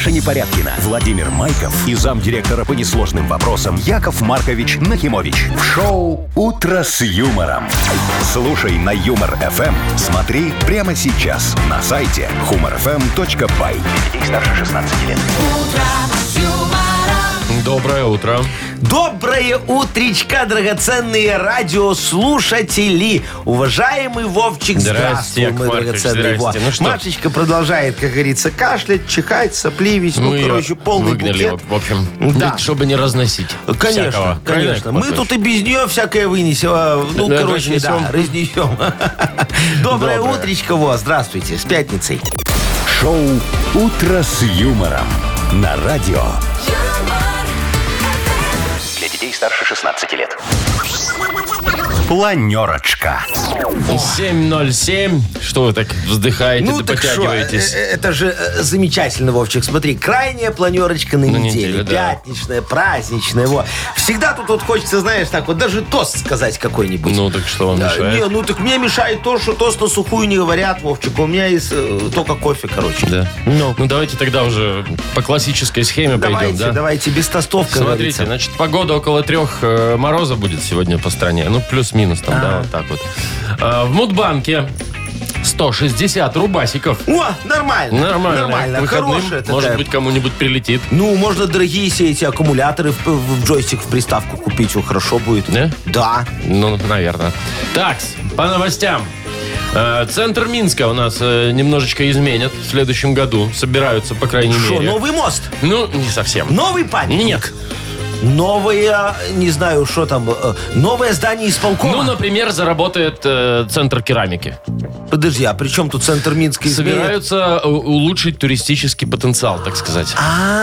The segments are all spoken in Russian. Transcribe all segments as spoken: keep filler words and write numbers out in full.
Маша Непорядкина, Владимир Майков и замдиректора по несложным вопросам Яков Маркович Нахимович. В шоу «Утро с юмором». Слушай на Юмор-ФМ. Смотри прямо сейчас на сайте humor эф эм точка бай. Для детей старше шестнадцати лет. Доброе утро. Доброе утречко, драгоценные радиослушатели. Уважаемый Вовчик, здравствуй, Яков мой Маркович, драгоценный Вов. здрасте. Ну что? Машечка продолжает, как говорится, кашлять, чихать, сопливить. Ну, Мы короче, ее полный выгнали, букет. в общем, Да. не- чтобы не разносить. Конечно, всякого. Правильно, конечно. Яков Мы Маркович? тут и без нее всякое вынесем. а, Ну, Да, короче, разнесем. да, разнесем. Доброе Доброе. утречко, Во, здравствуйте, с пятницей. Шоу «Утро с юмором» на радио. Для детей старше шестнадцати лет. Планерочка. семь ноль семь. Что вы так вздыхаете, Ну, да так что, потягиваетесь? э, э, это же э, замечательно, Вовчик. Смотри, крайняя планерочка на, На неделе. неделе, да. Пятничная, праздничная. Вот. Всегда тут вот хочется, знаешь, так вот, даже тост сказать какой-нибудь. Ну, так что вам Да, мешает? Не, ну так мне мешает то, что тост на сухую не говорят, Вовчик. У меня есть э, только кофе, короче. Да. Ну. Ну, давайте тогда уже по классической схеме Давайте, пойдем, да? давайте, без тостов, как Смотрите, говорится. значит, погода около трех э, мороза будет сегодня по стране. Ну, плюс-минус там, да, вот так вот. А, в Мудбанке сто шестьдесят рубасиков. О, нормально. Нормально. Нормально. К выходным, Хорошая может такая. быть, кому-нибудь прилетит. Ну, можно дорогие все эти аккумуляторы в, в джойстик, в приставку купить. О, хорошо будет. Да? Да. Ну, наверное. Так, по новостям. Э, Центр Минска у нас э, немножечко изменят в следующем году. Собираются, по крайней Что, мере. новый мост? Ну, не совсем. Новый памятник? Нет. Новое, не знаю, что там, э, новое здание исполкома? Ну, например, заработает э, Центр керамики. Подожди, а при чем тут центр Минска изменит? Собираются у- улучшить туристический потенциал, так сказать.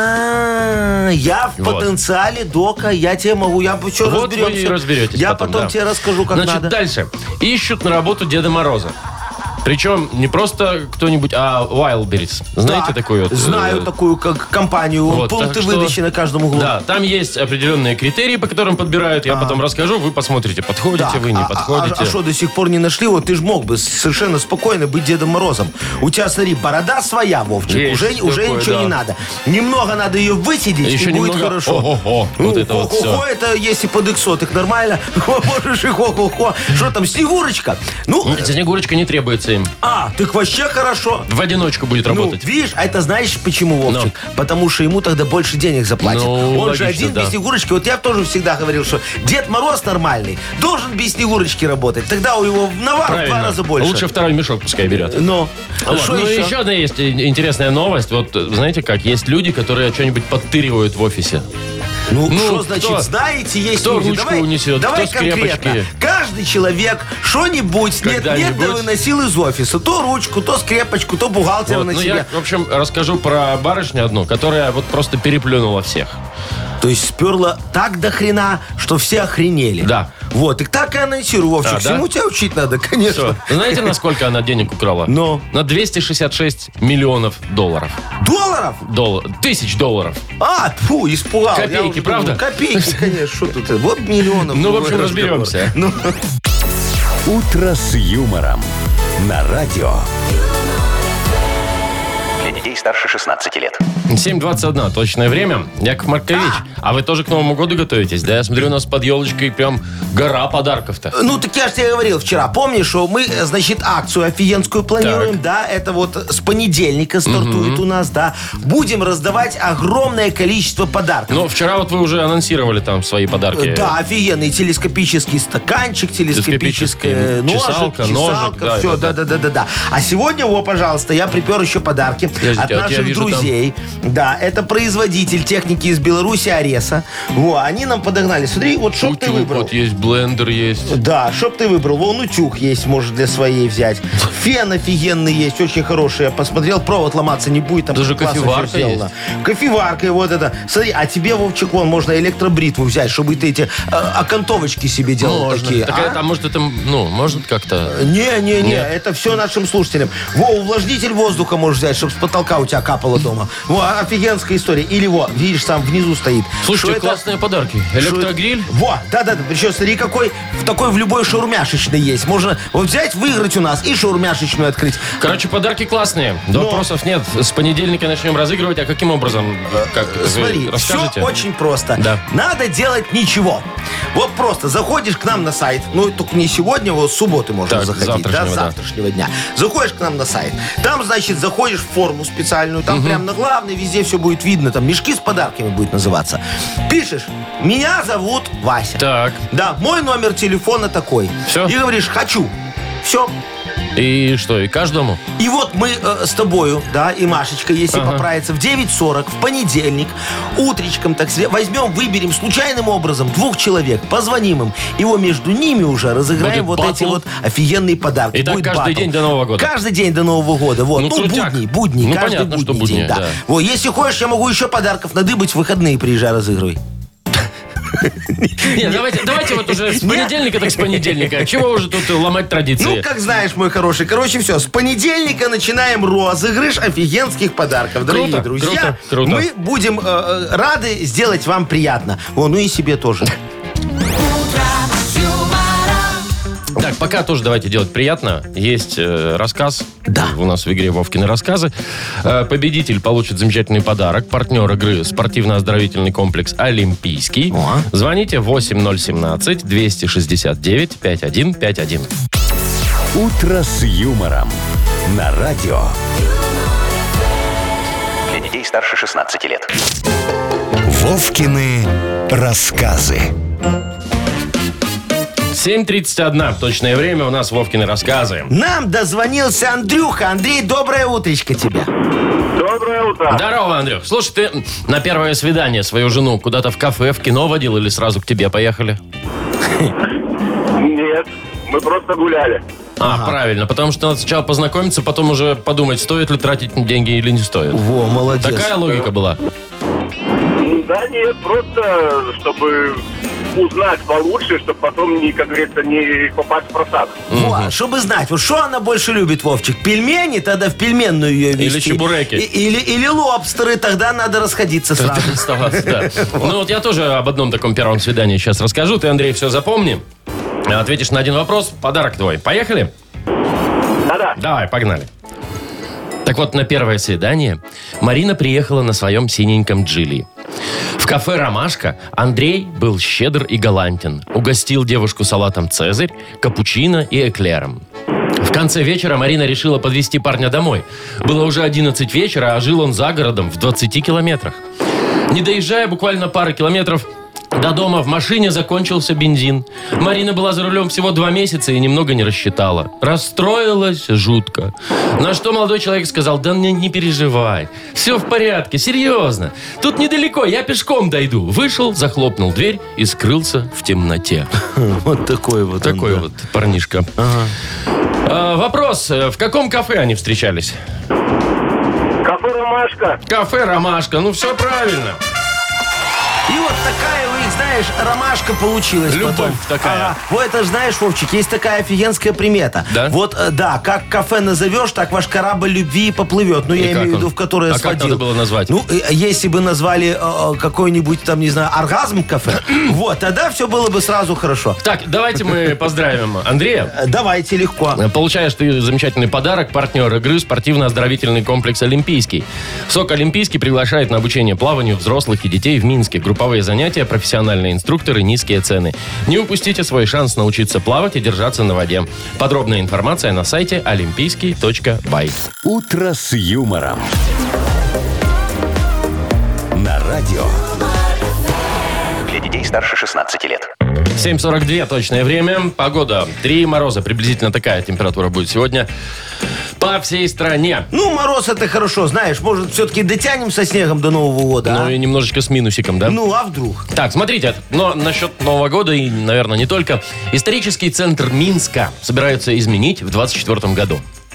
А, я в Вот. потенциале, Дока, я тебе могу, я что Вот вы и разберемся. разберетесь Я потом, потом да. тебе расскажу, как Значит, надо. дальше. Ищут на работу Деда Мороза. Причем не просто кто-нибудь, а Wildberries. Знаете Так, такую вот? Знаю э, такую, как компанию, вот, пункты так что- выдачи на каждом углу. Да, там есть определенные критерии, по которым подбирают. Я потом расскажу, вы посмотрите, подходите Так, вы, не а- а- подходите. А что, до сих пор не нашли? Вот ты ж мог бы совершенно спокойно быть Дедом Морозом. У тебя, смотри, борода своя, Вовчик. Есть уже уже такое, ничего да. не надо. Немного надо ее высидеть, Еще и будет немного хорошо. ого-го, Ну, вот это вот хо-хо-хо, всё. это если под эксотик нормально. Можешь и хо-хо-хо. Что там, Снегурочка? Ну, М, Снегурочка не требуется им. а, так вообще хорошо. В одиночку будет Ну, работать. видишь, а это знаешь почему, Вовчик? Потому что ему тогда больше денег заплатят. Ну, Он же логично, один да. без Снегурочки. Вот я тоже всегда говорил, что Дед Мороз нормальный должен без Снегурочки работать. Тогда у него навар в два Правильно. раза больше. Лучше второй мешок пускай берет. Но. Вот. Что Ну, еще? еще одна есть и- интересная новость. Вот, э, знаете как, есть люди, которые что-нибудь подтыривают в офисе. Ну, Ну, что значит, кто- знаете, есть кто люди. ручку Давай, унесет, давай кто конкретно. скрепочки. Каждый человек что-нибудь нет-нет, да Когда-нибудь. выносил из офиса. То ручку, то скрепочку, то бухгалтера Вот, на ну, себе. я, в общем, расскажу про барышню одну, которая вот просто переплюнула всех. То есть сперла так до хрена, что все охренели. Да. Вот, и так и анонсирую, Вовчик. А, да? Всему тебя учить надо, конечно. Все. Знаете, на сколько она денег украла? Ну? На двести шестьдесят шесть миллионов долларов. Долларов? Дол- Тысяч долларов. А, фу, испугал. Копейки, Я уже правда? думал, копейки, конечно. Что тут? Вот миллионов. Ну, в другой общем, разговор. разберемся. Ну, «Утро с юмором» на радио. Для детей старше шестнадцати лет. семь двадцать один точное время. Яков Маркович, а вы тоже к Новому году готовитесь, да? Я смотрю, у нас под елочкой прям гора подарков-то. ну, так я же тебе говорил вчера. Помнишь, что мы, э, значит, акцию офигенскую планируем, Так. да? Это вот с понедельника стартует у нас, да? Будем раздавать огромное количество подарков. Ну, вчера вот вы уже анонсировали там свои подарки. Да, офигенный телескопический стаканчик, телескопическая Телескопическая ножик, чесалка, ножик, да, все, это да, да, да, да, да. А сегодня, вот, пожалуйста, я припер еще подарки Подождите, от вот я наших вижу там- друзей. Да, это производитель техники из Беларуси Ареса. Во, они нам подогнали. Смотри, вот что ты Утюг, выбрал. вот есть, блендер есть. Да, чтоб ты выбрал. Вон утюг есть, может, для своей взять. Фен офигенный есть, очень хороший. Я посмотрел, провод ломаться не будет. Там Даже классно кофеварка всё сделано. Кофеварка, и вот это. Смотри, а тебе, Вовчик, вон, можно электробритву взять, чтобы ты эти э, окантовочки себе делал Можно. такие. Так а? это, а может, это, ну, может как-то... Не, не, не, Нет. это все нашим слушателям. Во, увлажнитель воздуха можешь взять, чтобы с потолка у тебя капало дома. Во, офигенская история. Или вот, видишь, там внизу стоит. Слушайте, Что классные это? подарки. Электрогриль? Во, да-да-да. Причем, смотри, какой, в такой в любой шаурмяшечной есть. Можно вот взять, выиграть у нас и шаурмяшечную открыть. Короче, подарки классные. Но- Вопросов нет. С понедельника начнем разыгрывать. А каким образом? Как вы Смотри, расскажете? все очень просто. Да. Надо делать ничего. Вот просто заходишь к нам на сайт, ну, только не сегодня, вот с субботы можно Так, заходить, да, завтрашнего, с да. завтрашнего дня. Заходишь к нам на сайт, там, значит, заходишь в форму специальную, там прям на главной везде все будет видно, там мешки с подарками будет называться. Пишешь, меня зовут Вася. Так. Да, мой номер телефона такой. Всё? И говоришь, хочу. Все. И что, и каждому? И вот мы э, с тобою, да, и Машечка, если Ага. поправится, в девять сорок в понедельник, утречком, так сказать, возьмем, выберем случайным образом двух человек, позвоним им, и вот между ними уже разыграем Будет вот эти батл. вот офигенные подарки. И так Будет каждый батл. день до Нового года. Каждый день до Нового года. Вот. Ну, Ну, крутяк. будни, будни, Ну, каждый понятно, что будний день, будни, да. да. Вот, если хочешь, я могу еще подарков надыбать, в выходные приезжай, разыгрывай. Нет, давайте, давайте вот уже с понедельника, так с понедельника. Чего уже тут ломать традиции? Ну, как знаешь, мой хороший. Короче, все, с понедельника начинаем розыгрыш офигенских подарков. Дорогие Круто, друзья, круто, круто. мы будем э, э, рады сделать вам приятно. О, ну и себе тоже. Так, пока тоже давайте делать приятно. Есть э, рассказ. Да. У нас в игре Вовкины рассказы. Э, победитель получит замечательный подарок. Партнер игры спортивно-оздоровительный комплекс «Олимпийский». О. Звоните восемь ноль семнадцать двести шестьдесят девять пятьдесят один пятьдесят один. «Утро с юмором» на радио. Для детей старше шестнадцати лет. Вовкины рассказы. семь тридцать один. Точное время. У нас Вовкины рассказы. Нам дозвонился Андрюха. Андрей, доброе утречко тебе. Доброе утро. Здорово, Андрюх. Слушай, ты на первое свидание свою жену куда-то в кафе, в кино водил или сразу к тебе поехали? Нет, мы просто гуляли. А, правильно. Потому что надо сначала познакомиться, потом уже подумать, стоит ли тратить деньги или не стоит. Во, молодец. Такая логика была. Да нет, просто чтобы узнать получше, чтобы потом, не, как говорится, не попасть в просак. Во, чтобы знать, вот что она больше любит, Вовчик? Пельмени? Тогда в пельменную ее везти. Или чебуреки. И- Или, или лобстеры, тогда надо расходиться сразу. Оставаться, да. Ну вот я тоже об одном таком первом свидании сейчас расскажу. Ты, Андрей, все запомни. Ответишь на один вопрос, подарок твой. Поехали? Да-да. Давай, погнали. Так вот, на первое свидание Марина приехала на своем синеньком Джили. В кафе «Ромашка» Андрей был щедр и галантен. Угостил девушку салатом «Цезарь», капучино и эклером. В конце вечера Марина решила подвезти парня домой. Было уже одиннадцать вечера, а жил он за городом в двадцати километрах. Не доезжая буквально пары километров до дома, в машине закончился бензин. Марина была за рулем всего два месяца и немного не рассчитала. Расстроилась жутко. На что молодой человек сказал: да не, не переживай, все в порядке, серьезно. Тут недалеко, я пешком дойду. Вышел, захлопнул дверь и скрылся в темноте. Вот такой вот. он, Такой да. вот парнишка. А, вопрос, в каком кафе они встречались? Кафе «Ромашка». Кафе «Ромашка». Ну, все правильно. И вот такая, вы их знаешь, ромашка получилась Любовь потом. такая. Ага. Вот это ж, знаешь, Вовчик, есть такая офигенская примета. Да? Вот, э, да, как кафе назовешь, так ваш корабль любви и поплывет. Ну, И я как имею в он? виду, в которое А как сводил. надо было назвать? Ну, э, если бы назвали э, какой-нибудь там, не знаю, оргазм кафе, вот, тогда все было бы сразу хорошо. Так, давайте мы поздравим Андрея. Э, Давайте, легко. Получаешь ты замечательный подарок. Партнер игры спортивно-оздоровительный комплекс «Олимпийский». СОК «Олимпийский» приглашает на обучение плаванию взрослых и детей в Минске. Групповые занятия, профессиональные инструкторы, низкие цены. Не упустите свой шанс научиться плавать и держаться на воде. Подробная информация на сайте олимпийский точка бай. «Утро с юмором». На радио. Для детей старше шестнадцати лет. семь сорок два точное время. Погода. три мороза. Приблизительно такая температура будет сегодня по всей стране. Ну, мороз это хорошо, знаешь, может, все-таки дотянем со снегом до Нового года, Ну а? и немножечко с минусиком, да? Ну, а вдруг? Так, смотрите, но насчет Нового года и, наверное, не только. Исторический центр Минска собираются изменить в двадцать четвёртом году.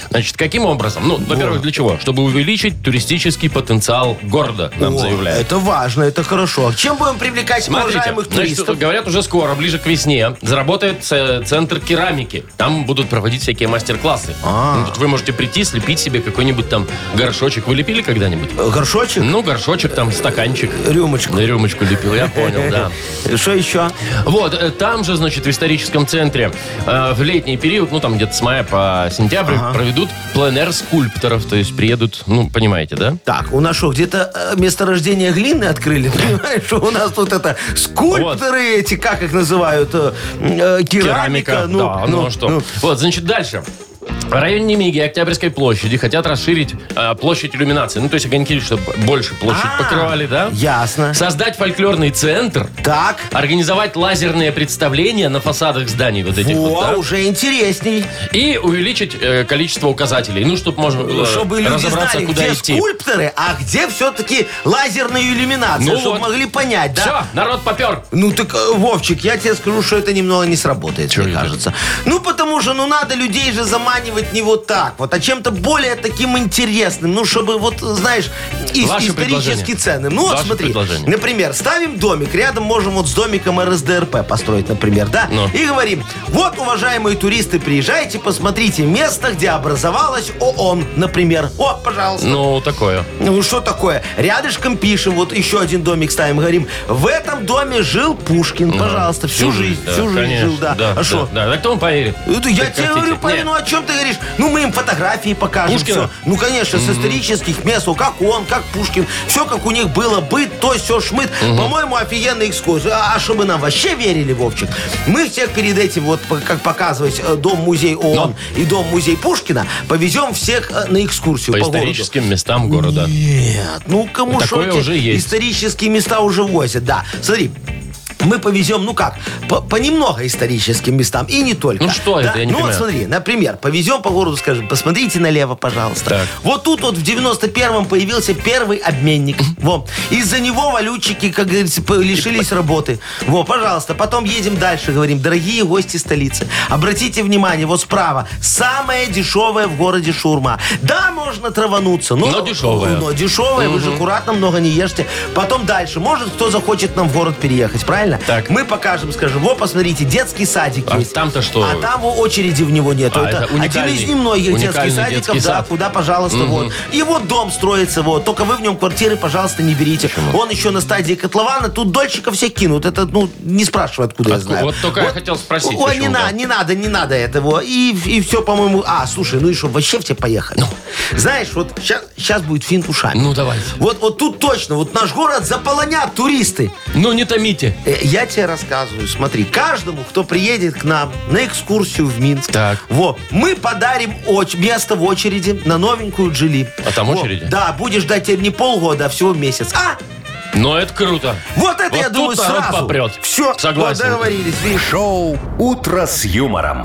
Значит, каким образом? Ну, во-первых, для чего? Чтобы увеличить туристический потенциал города, нам О, заявляют. Это важно, это хорошо. Чем будем привлекать Смотрите, уважаемых значит, туристов? говорят, уже скоро, ближе к весне, заработает э, центр керамики. Там будут проводить всякие мастер-классы. А. Ну, тут вы можете прийти, слепить себе какой-нибудь там горшочек. Вы лепили когда-нибудь? Горшочек? Ну, горшочек, там, стаканчик. Рюмочку. Да, рюмочку лепил, я понял, да. Что еще? Вот, э, там же, значит, в историческом центре э, в летний период, ну, там где-то с мая по сентябрь, проведут пленэр скульпторов. То есть приедут, ну, понимаете, да? Так, у нас что, где-то э, месторождение глины открыли? Понимаешь, что у нас тут это скульпторы эти, как их называют? Э, э, керамика. Ну, да, ну, а что. Вот, значит, дальше. В районе Немиги и Октябрьской площади хотят расширить э, площадь иллюминации. Ну, то есть огоньки, чтобы больше площадь А, покрывали, да? Ясно. Создать фольклорный центр. Так. Организовать лазерные представления на фасадах зданий вот этих Во, вот, да? уже интересней. И увеличить э, количество указателей. Ну, чтобы можно было Чтобы люди разобраться, знали, куда где идти. скульпторы, а где все-таки лазерная иллюминация, Ну чтобы вот. могли понять, да? Все, народ попер. Ну так, э, Вовчик, я тебе скажу, что это немного не сработает, Чё мне это? кажется. Ну, потому что, ну, надо людей же заманивать не вот так вот, а чем-то более таким интересным. Ну, чтобы, вот, знаешь, ис- Ваше исторически предложение. ценным. Ну, вот Ваше смотри, предложение. например, ставим домик, рядом можем вот с домиком эр эс дэ эр пэ построить, например, да? Ну. И говорим, вот, уважаемые туристы, приезжайте, посмотрите место, где образовалась ООН, например. О, пожалуйста. Ну, такое. Ну, что такое? Рядышком пишем, вот еще один домик ставим, говорим, в этом доме жил Пушкин, пожалуйста, всю, жизнь, да, всю жизнь конечно, жил, да. Да, а что? Да, да, кто вам поверит? Это я Как тебе хотите. говорю, парень, Не. ну о чем ты говоришь? Ну, мы им фотографии покажем. Пушкина? Все. Ну, конечно, с исторических мест, вот как он, как Пушкин. Все, как у них было, быт, то, все, шмыт. По-моему, офигенная экскурсия. А, а чтобы нам вообще верили, Вовчик, мы всех перед этим, вот, по- как показывать, э, дом-музей ООН и дом-музей Пушкина, повезем всех э, на экскурсию По по, городу. историческим местам города. Нет, ну кому Такое шо эти уже есть. исторические места уже возят, да. Смотри, мы повезем, ну как, по, по немного историческим местам, и не только. Ну что Да? это, я не Ну вот понимаю. смотри, например, повезем по городу, скажем, посмотрите налево, пожалуйста. Так. Вот тут вот в девяносто первом появился первый обменник. Во. Из-за него валютчики, как говорится, по- лишились работы. Во, пожалуйста, потом едем дальше, говорим, дорогие гости столицы, обратите внимание, вот справа, самая дешевая в городе шаурма. Да, можно травануться, но, Но дешевая. Но дешевая, вы же аккуратно, много не ешьте. Потом дальше, может, кто захочет нам в город переехать, правильно? Так. Мы покажем, скажем, вот, посмотрите, детский садик А есть. там-то что? А там очереди в него нет. А, это это один уникальный- из немногих детских уникальный садиков, детский да, сад. куда, пожалуйста, вот. И вот дом строится, вот. Только вы в нем квартиры, пожалуйста, не берите. Он еще на стадии котлована, тут дольщиков все кинут. Это, ну, не спрашивай, откуда я Отку- знаю. вот только я хотел спросить, Ой, почему, не, да. на- не надо, не надо этого. И, и все, по-моему... А, слушай, ну и что, вообще все поехали. Знаешь, вот сейчас будет финт ушами. Ну, давайте. Вот, вот тут точно, вот наш город заполонят туристы. Ну, не томите. Э, Я тебе рассказываю, смотри, каждому, кто приедет к нам на экскурсию в Минск, Так. во, мы подарим оч- место в очереди на новенькую Джили. А там Во, очереди? Да, будешь ждать теперь не полгода, а всего месяц. А, Но это круто. вот это, Вот я тут думаю, народ сразу. попрет. Все, Согласен. договорились. видишь. Шоу «Утро с юмором».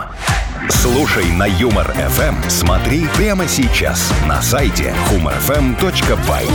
Слушай на Юмор эф эм. Смотри прямо сейчас на сайте humor f m точка by.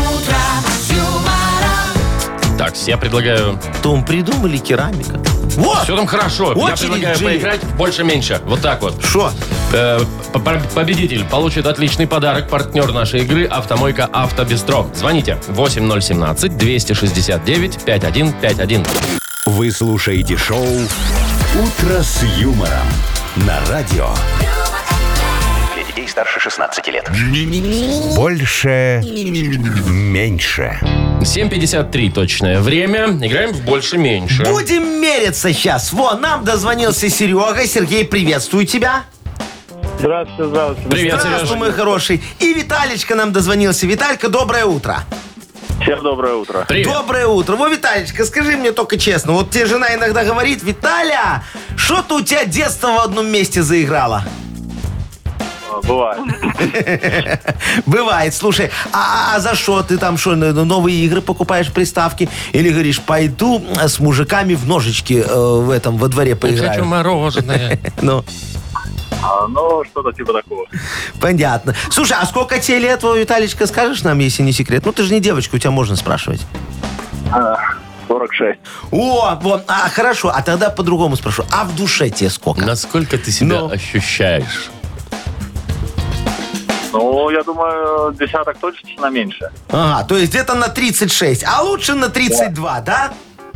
Так, я предлагаю... Том, придумали керамика. Вот, Все там хорошо. Я Очередь, предлагаю Джили. поиграть в больше-меньше. Вот так вот. что? Э, по- по- Победитель получит отличный подарок. Партнер нашей игры «Автомойка Автобестро». Звоните восемь ноль семнадцать двести шестьдесят девять пятьдесят один пятьдесят один. Вы слушаете шоу «Утро с юмором» на радио. Для детей старше шестнадцати лет. Больше. Меньше. семь пятьдесят три точное время. Играем в больше-меньше. Будем мериться сейчас. Во, нам дозвонился Серега. Сергей, приветствую тебя. Здравствуйте, здравствуйте. Привет, Здравствуй, Сережа. мой хороший. И Виталичка нам дозвонился. Виталька, доброе утро. Всем доброе утро. Привет. Доброе утро. Во, Виталичка, скажи мне только честно. Вот тебе жена иногда говорит, Виталя, что-то у тебя детство в одном месте заиграло. Бывает. Бывает. Слушай, а, а за что ты там что, новые игры покупаешь, приставки? Или говоришь, пойду с мужиками в ножички э, в этом, во дворе Хочу поиграю? мороженое. Ну, А, ну, что-то типа такого. понятно. Слушай, а сколько тебе лет, во, Виталичка, скажешь нам, если не секрет? Ну, ты же не девочка, у тебя можно спрашивать. А, сорок шесть. О, вот, а, хорошо, а тогда по-другому спрошу. А в душе тебе сколько? Насколько ты себя Ну. ощущаешь? Ну, я думаю, десяток точно меньше. Ага, то есть где-то на тридцать шесть, а лучше на тридцать два, да?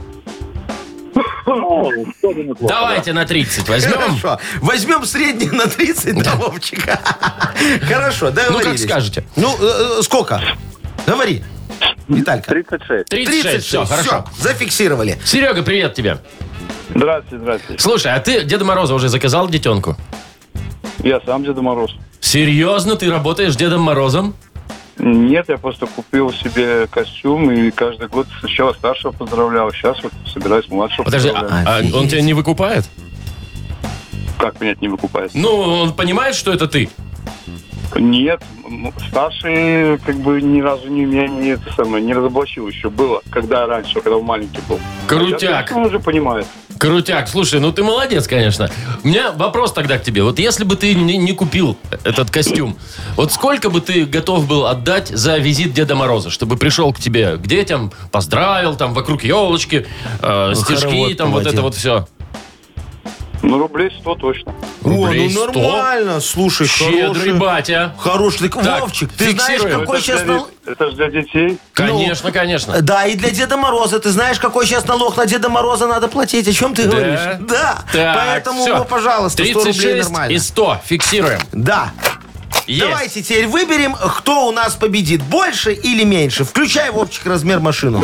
Ну, тоже неплохо. Давайте на тридцать возьмем. Хорошо. Возьмем средний на тридцать, да, Вовчик? Хорошо, договорились. Ну, как скажете. Ну, э, сколько? Говори, Виталька. тридцать шесть. тридцать шесть, все, хорошо. Все, зафиксировали. Серега, привет тебе. Здравствуйте, здравствуйте. Слушай, а ты Деда Мороза уже заказал детенку? Я сам Деда Мороз. Серьезно, ты работаешь Дедом Морозом? Нет, я просто купил себе костюм и каждый год сначала старшего поздравлял, сейчас вот собираюсь младшего Подожди, поздравлять. а, а он тебя не выкупает? Как понять, не выкупается? Ну, он понимает, что это ты? Нет, ну, старший как бы ни разу не меня не, это самое, не разоблачил еще. Было, когда раньше, когда он маленький был. Крутяк. А сейчас он уже понимает. Крутяк, слушай, ну ты молодец, конечно. У меня вопрос тогда к тебе. Вот если бы ты не, не купил этот костюм, вот сколько бы ты готов был отдать за визит Деда Мороза, чтобы пришел к тебе, к детям, поздравил, там, вокруг елочки, э, Ну, стишки, хоровод там, вот проводил. это вот все. Ну, рублей сто точно. Рублей О, ну сто? нормально, слушай, Щедрый хороший. батя. Хороший. Так, Так, Вовчик, ты знаешь, фиксируем. какой это, сейчас для, налог... это же для детей. Конечно, конечно. Да, и для Деда Мороза. Ты знаешь, какой сейчас налог на Деда Мороза надо платить? О чем ты Да? говоришь? Да. Так, Поэтому, всё. ну, пожалуйста, сто тридцать рублей шесть нормально. и сто. Фиксируем. Да. Есть. Давайте теперь выберем, кто у нас победит, больше или меньше. Включай, Вовчик, размер машину.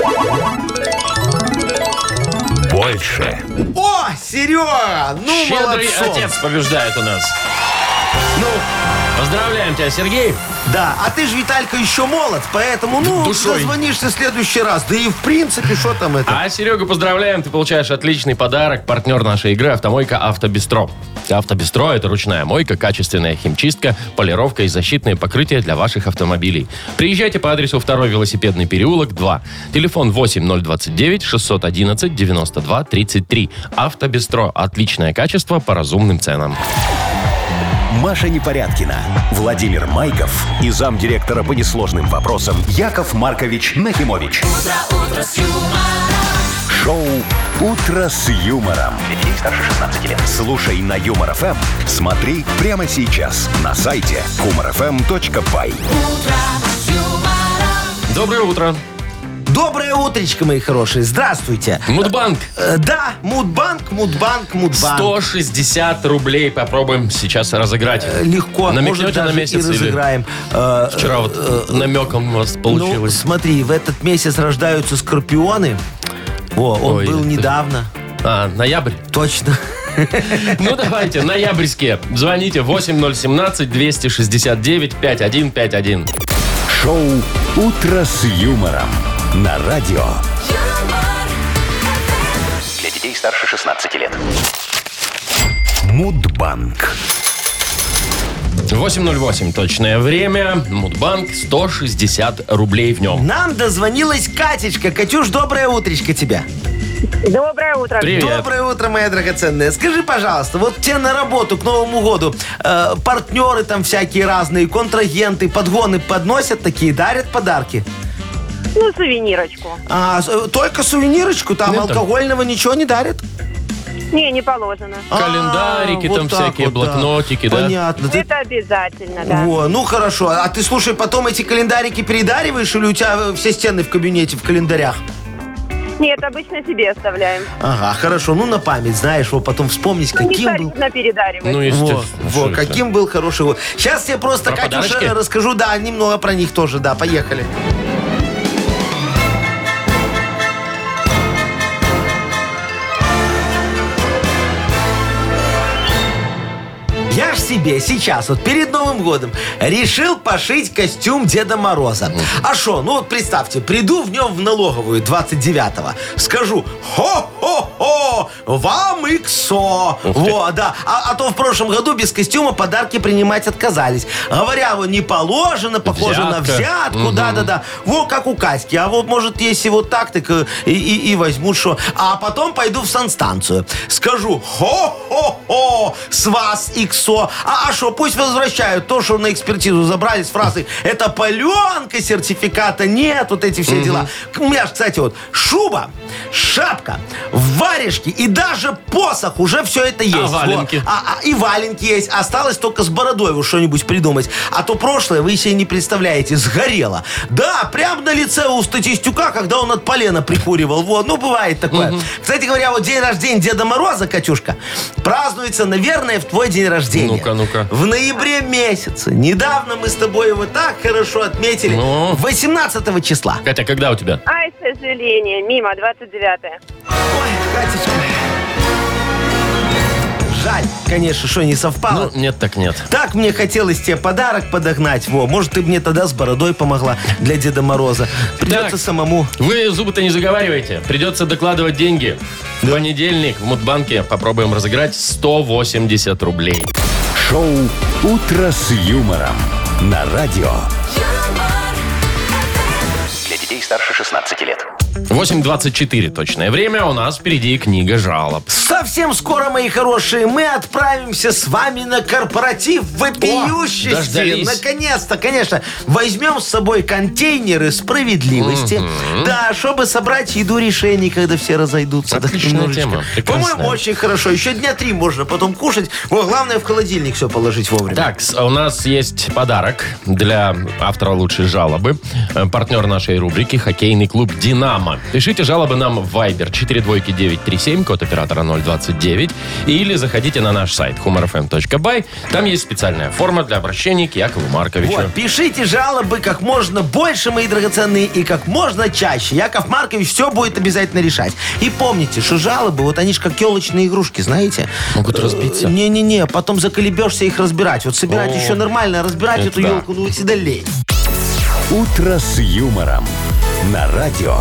Больше. О, Серега, ну Щедрый молодцом. отец побеждает у нас. Ну, Поздравляем тебя, Сергей. да, а ты же, Виталька, еще молод, поэтому, ну, Душой. дозвонишься в следующий раз. Да и в принципе, что там это? А Серега, поздравляем, ты получаешь отличный подарок. Партнер нашей игры — автомойка «Автобестро». «Автобестро» — это ручная мойка, качественная химчистка, полировка и защитные покрытия для ваших автомобилей. Приезжайте по адресу второй велосипедный переулок, два. Телефон восемь ноль двадцать девять шестьсот одиннадцать девяносто два тридцать три. «Автобестро» — отличное качество по разумным ценам. Маша Непорядкина, Владимир Майков и замдиректора по несложным вопросам Яков Маркович Нахимович. Шоу «Утро с юмором». Для детей старше шестнадцати лет. Слушай на Юмор ФМ, смотри прямо сейчас на сайте humor эф эм точка бай. Доброе утро. Доброе утречко, мои хорошие. Здравствуйте. Мудбанк. Э, да, Мудбанк, Мудбанк, Мудбанк. сто шестьдесят рублей попробуем сейчас разыграть. Э, Легко. Намекнете Может, на даже месяц и или- разыграем. Э, Вчера вот э, намеком у вас Ну, получилось. смотри, в этот месяц рождаются скорпионы. О, он Ой, был это- недавно. А, ноябрь? Точно. Ну, давайте, ноябрьские. Звоните восемь ноль семнадцать двести шестьдесят девять пятьдесят один пятьдесят один. Шоу «Утро с юмором» на радио. Для детей старше шестнадцати лет. Мудбанк. восемь ноль восемь точное время. Мудбанк, сто шестьдесят рублей в нем. Нам дозвонилась Катечка. Катюш, доброе утречко тебе. Доброе утро. Привет. Доброе утро, моя драгоценная. Скажи, пожалуйста, вот тебе на работу к Новому году э, партнеры там всякие разные, контрагенты, подгоны подносят такие, дарят подарки? Ну, сувенирочку. А, с- э, только сувенирочку, там Ну, там- алкогольного ничего не дарят? Не, не положено. Календарики, А, там вот так всякие вот, да. блокнотики, да? Понятно. Ты- Это обязательно, да. Во, ну хорошо. А ты, слушай, потом эти календарики передариваешь, или у тебя э, все стены в кабинете в календарях? Нет, обычно себе оставляем. Ага, хорошо. Ну, на память, знаешь, вот потом вспомнить, Ну, не каким был... солидно передаривать. Ну, Во, естественно. во, Что это? каким был хороший год. Сейчас я просто, Про Катюша, подарочки? расскажу, да, немного про них тоже, да, поехали. Я ж себе сейчас, вот перед Новым годом, решил пошить костюм Деда Мороза. А что, ну вот представьте, приду в нем в налоговую двадцать девятого, скажу «Хо-хо-хо! Вам иксо!» Ух ты. Вот, да. А, а то в прошлом году без костюма подарки принимать отказались. Говоря, вот не положено, похоже на Взятка. взятку, Мгм. да-да-да. Вот как у Катьки. А вот, может, если вот так, так э, и, и, и возьмут что. А потом пойду в санстанцию. Скажу «Хо-хо-хо! с вас, иксо. А что, пусть возвращают то, что на экспертизу забрали с фразой «это паленка, сертификата нет», вот эти все дела. У меня же, кстати, вот шуба, шапка, варежки и даже посох, уже все это есть. А валенки? А, а, и валенки есть. Осталось только с бородой вы что-нибудь придумать. А то прошлое вы себе не представляете, сгорело. Да, прям на лице у Статистюка, когда он от полена прикуривал. Вот, ну, бывает такое. Угу. Кстати говоря, вот день рождения Деда Мороза, Катюшка, празднуется, наверное, в твой день рождения. Ну-ка, ну-ка. В ноябре месяце. Недавно мы с тобой его так хорошо отметили. Ну? восемнадцатого числа. Катя, когда у тебя? Ай, к сожалению, мимо, двадцать девятое. Ой, Катечка. Жаль, конечно, что не совпало. Ну, нет так нет. Так мне хотелось тебе подарок подогнать. Во, может, ты мне тогда с бородой помогла для Деда Мороза. Придется Так. самому. Вы зубы-то не заговаривайте. Придется докладывать деньги. В понедельник в Мудбанке попробуем разыграть сто восемьдесят рублей. Шоу «Утро с юмором» на радио. Для детей старше шестнадцати лет. восемь двадцать четыре точное время. У нас впереди книга жалоб. Совсем скоро, мои хорошие, мы отправимся с вами на корпоратив вопиющести. дождались. Наконец-то, конечно. Возьмем с собой контейнеры справедливости. Да, чтобы собрать еду решений, когда все разойдутся. Так Отличная немножечко. тема, прекрасная. По-моему, очень хорошо. Еще дня три можно потом кушать. Во, главное, в холодильник все положить вовремя. Так, с- у нас есть подарок для автора лучшей жалобы. Э, Партнер нашей рубрики — хоккейный клуб «Динамо». Пишите жалобы нам в Viber четыре двойки девять три семь, код оператора ноль двадцать девять. Или заходите на наш сайт humor f m точка by. Там есть специальная форма для обращения к Якову Марковичу. Вот, пишите жалобы как можно больше, мои драгоценные, и как можно чаще. Яков Маркович все будет обязательно решать. И помните, что жалобы, вот они же как елочные игрушки, знаете? Могут разбиться. Э, Не-не-не, потом заколебешься их разбирать. Вот собирать О, еще нормально, а разбирать это эту да. елку, ну всегда лень. «Утро с юмором» на радио.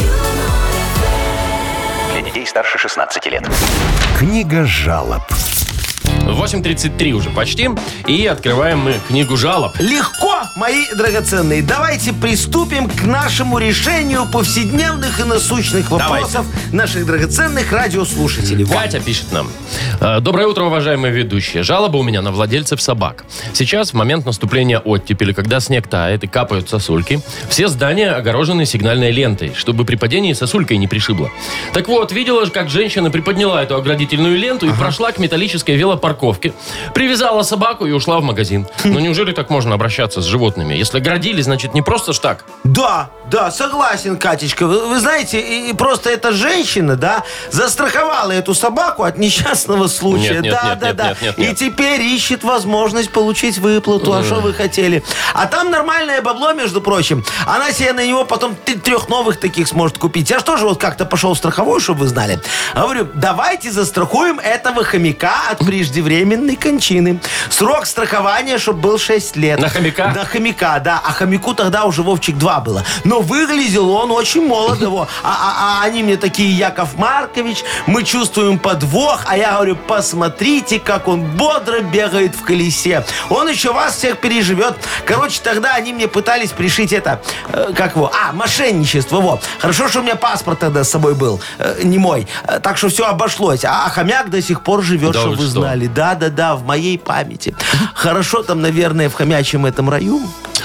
Для детей старше шестнадцати лет. Книга жалоб. восемь тридцать три уже почти. И открываем мы книгу жалоб. Легко, мои драгоценные. Давайте приступим к нашему решению повседневных и насущных вопросов наших драгоценных радиослушателей. Вот. Катя пишет нам. «Э, Доброе утро, уважаемые ведущие. Жалоба у меня на владельцев собак. Сейчас, в момент наступления оттепели, когда снег тает и капают сосульки, все здания огорожены сигнальной лентой, чтобы при падении сосулькой не пришибло. Так вот, видела, как женщина приподняла эту оградительную ленту и прошла к металлической велопарковке, привязала собаку и ушла в магазин. Ну неужели так можно обращаться с животными? Если оградили, значит не просто ж так. Да, да, согласен, Катечка. Вы, вы знаете, и, и просто эта женщина, да, застраховала эту собаку от несчастного случая. Нет, нет, да, нет, да, нет, да. нет, нет, И нет. теперь ищет возможность получить выплату. А что вы хотели? А там нормальное бабло, между прочим. Она себе на него потом т- трех новых таких сможет купить. Я же тоже вот как-то пошел в страховую, чтобы вы знали. Говорю, давайте застрахуем этого хомяка от преждевременной кончины. Срок страхования, чтобы был шесть лет. На хомяка? На хомяка, да. А хомяку тогда уже, Вовчик, два было. Но выглядел он очень молодого. А, а- а они мне такие: Яков Маркович, мы чувствуем подвох. А я говорю, посмотрите, как он бодро бегает в колесе. Он еще вас всех переживет. Короче, тогда они мне пытались пришить это, э, как его, а, мошенничество, вот. Хорошо, что у меня паспорт тогда с собой был, э, не мой. Э, так что все обошлось. А, а хомяк до сих пор живет, Да чтобы вы вы что? знали. Да-да-да, в моей памяти. Хорошо там, наверное, в хомячем этом раю.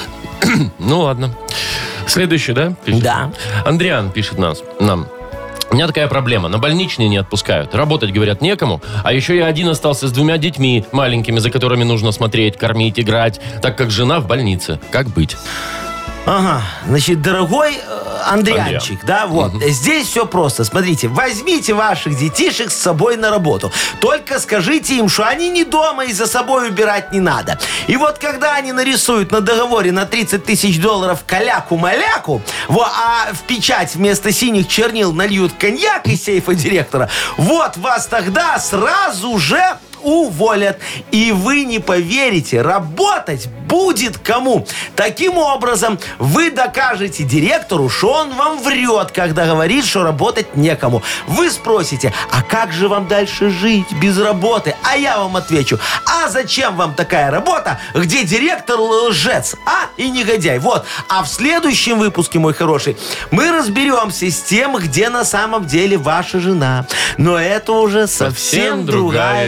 Ну ладно. Следующий, да? пишет? Да. Андриан пишет нас, нам. У меня такая проблема. На больничные не отпускают. Работать, говорят, некому. А еще я один остался с двумя детьми маленькими, за которыми нужно смотреть, кормить, играть, так как жена в больнице. Как быть? Ага, значит, дорогой э, Андрианчик, да, вот, здесь все просто. Смотрите, возьмите ваших детишек с собой на работу. Только скажите им, что они не дома и за собой убирать не надо. И вот когда они нарисуют на договоре на тридцать тысяч долларов каляку-маляку, во, а в печать вместо синих чернил нальют коньяк из сейфа директора, вот вас тогда сразу же уволят. И вы не поверите, работать будет кому. Таким образом, вы докажете директору, что он вам врет, когда говорит, что работать некому. Вы спросите, а как же вам дальше жить без работы? А я вам отвечу, а зачем вам такая работа, где директор лжец, а? И негодяй. Вот. А в следующем выпуске, мой хороший, мы разберемся с тем, где на самом деле ваша жена. Но это уже совсем, Совсем другая другая история.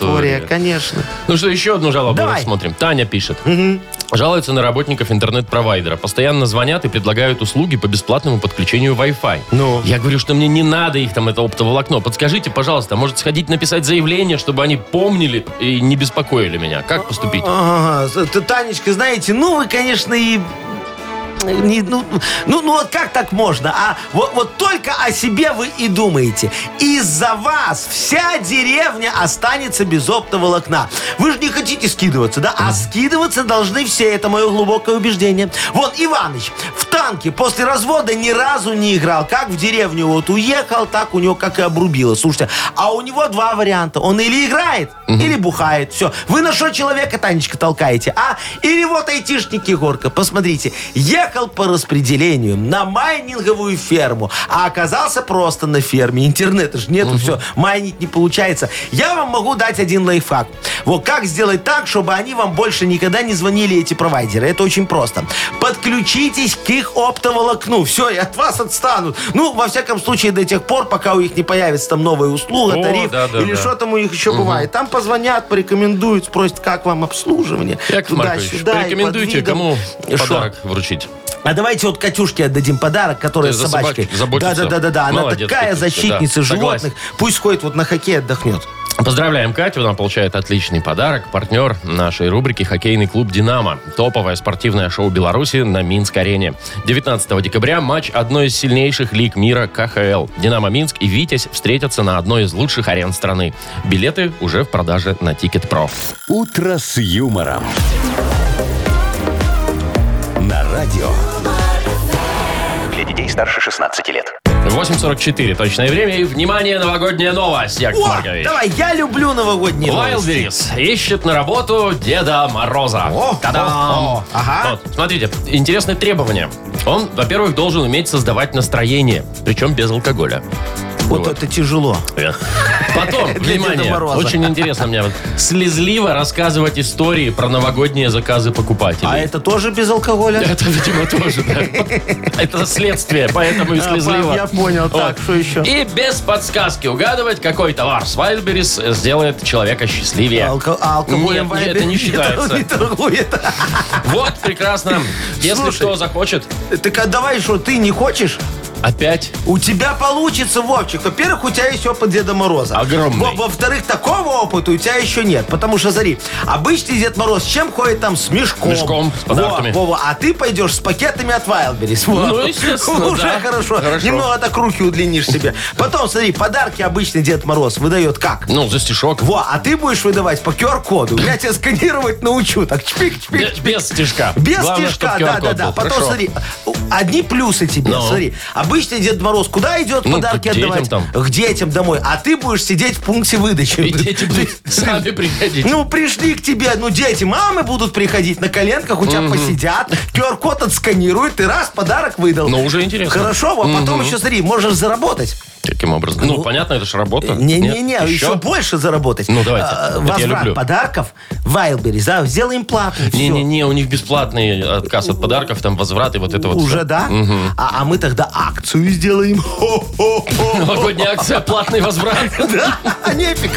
история, конечно. Ну что, еще одну жалобу Давай. рассмотрим. Таня пишет. Жалуются на работников интернет-провайдера. Постоянно звонят и предлагают услуги по бесплатному подключению Wi-Fi. Ну? Я говорю, что мне не надо их там, это оптоволокно. Подскажите, пожалуйста, может сходить написать заявление, чтобы они помнили и не беспокоили меня? Как поступить? Ага, Т- Танечка, знаете, ну вы, конечно, и... Не, ну, ну, ну вот как так можно? А вот, вот только о себе вы и думаете. Из-за вас вся деревня останется без оптоволокна. Вы же не хотите скидываться, да? А скидываться должны все. Это мое глубокое убеждение. Вон, Иваныч в танке после развода ни разу не играл. Как в деревню вот уехал, так у него как и обрубило. Слушайте, а у него два варианта. Он или играет, или бухает. Все. Вы на что человека, Танечка, толкаете? А? Или вот айтишник Егорка. Посмотрите. Ехал по распределению на майнинговую ферму, а оказался просто на ферме. Интернета же нету, все, майнить не получается. Я вам могу дать один лайфхак. Вот как сделать так, чтобы они вам больше никогда не звонили, эти провайдеры. Это очень просто. Подключитесь к их оптоволокну. Все, и от вас отстанут. Ну, во всяком случае, до тех пор, пока у них не появится там новая услуга, О, тариф, да, да, или да. что там у них еще бывает. Там позвонят, порекомендуют, спросят, как вам обслуживание. Яков Маркович, Туда-сюда, и порекомендуйте, под видом. кому Шо? подарок вручить. А давайте вот Катюшке отдадим подарок, которая За с собачкой. собачкой заботится. Да-да-да, она Молодец, такая Катюшка, защитница да, животных. согласен. Пусть ходит вот на хоккей, отдохнет. Поздравляем Катю, она получает отличный подарок. Партнер нашей рубрики «Хоккейный клуб «Динамо». Топовое спортивное шоу Беларуси на Минск-арене. девятнадцатого декабря матч одной из сильнейших лиг мира ка ха эл. «Динамо Минск» и «Витязь» встретятся на одной из лучших арен страны. Билеты уже в продаже на Тикет.Про. «Утро с юмором». На радио. Для детей старше шестнадцати лет. восемь сорок четыре точное время. И, внимание, новогодняя новость, Яков О, Маркович. давай, я люблю новогодние новости. Wildberries ищет на работу Деда Мороза. О, Та-дам! ага. Вот, смотрите, интересное требование. Он, во-первых, должен уметь создавать настроение, причем без алкоголя. Вот это тяжело. Потом, Для Деда внимание, Мороза. очень интересно мне. Вот, слезливо рассказывать истории про новогодние заказы покупателей. А это тоже без алкоголя? Это, видимо, тоже, да. Это следствие, поэтому и слезливо. А, я понял. Так, Вот. что еще? И без подсказки угадывать, какой товар с Wildberries сделает человека счастливее. Алко- а алкоголем Нет, это не Wildberries считается. не торгует. Вот, прекрасно. Если Слушай. кто захочет, Так а давай, что, ты не хочешь? опять У тебя получится, Вовчик. Во-первых, у тебя есть опыт Деда Мороза. Огромный. Во- Во-вторых, такого опыта у тебя еще нет. Потому что, смотри, обычный Дед Мороз с чем ходит там? С мешком. Мешком, с подарками. Во, Вова, а ты пойдешь с пакетами от Wildberries. Во. Ну, естественно, Уже да. хорошо. Хорошо. Немного так руки удлинишь себе. Потом, смотри, подарки обычный Дед Мороз выдает как? ну, за стишок. Во, а ты будешь выдавать по ку ар коду. Я тебя сканировать научу. Так, чпик-чпик. Без, без стишка. Без Главное, стишка, чтоб ку ар да, код да, да. был. Потом, Хорошо. смотри, одни плюсы тебе. Ну. Смотри, обычный Дед Мороз куда идет Ну, подарки к детям отдавать? там. К детям домой. А ты будешь сидеть в пункте выдачи. И дети будут сами приходить. Ну, пришли к тебе, ну, дети, мамы будут приходить на коленках, у тебя посидят, ку ар код отсканируют, ты раз, подарок выдал. Ну, уже интересно. Хорошо, а потом еще, смотри, можешь заработать. Каким образом? Ну, Ну, понятно, это же работа. Не-не-не, Нет? еще больше заработать. Ну, давайте. А, Это я Возврат люблю. подарков Wildberries, да, сделаем платный. всё. Не-не-не, у них бесплатный отказ от подарков, там возврат и вот это вот Уже, всё. да? А, а мы тогда акцию сделаем. Хо-хо-хо. Новогодняя акция, платный возврат. Да, нефиг.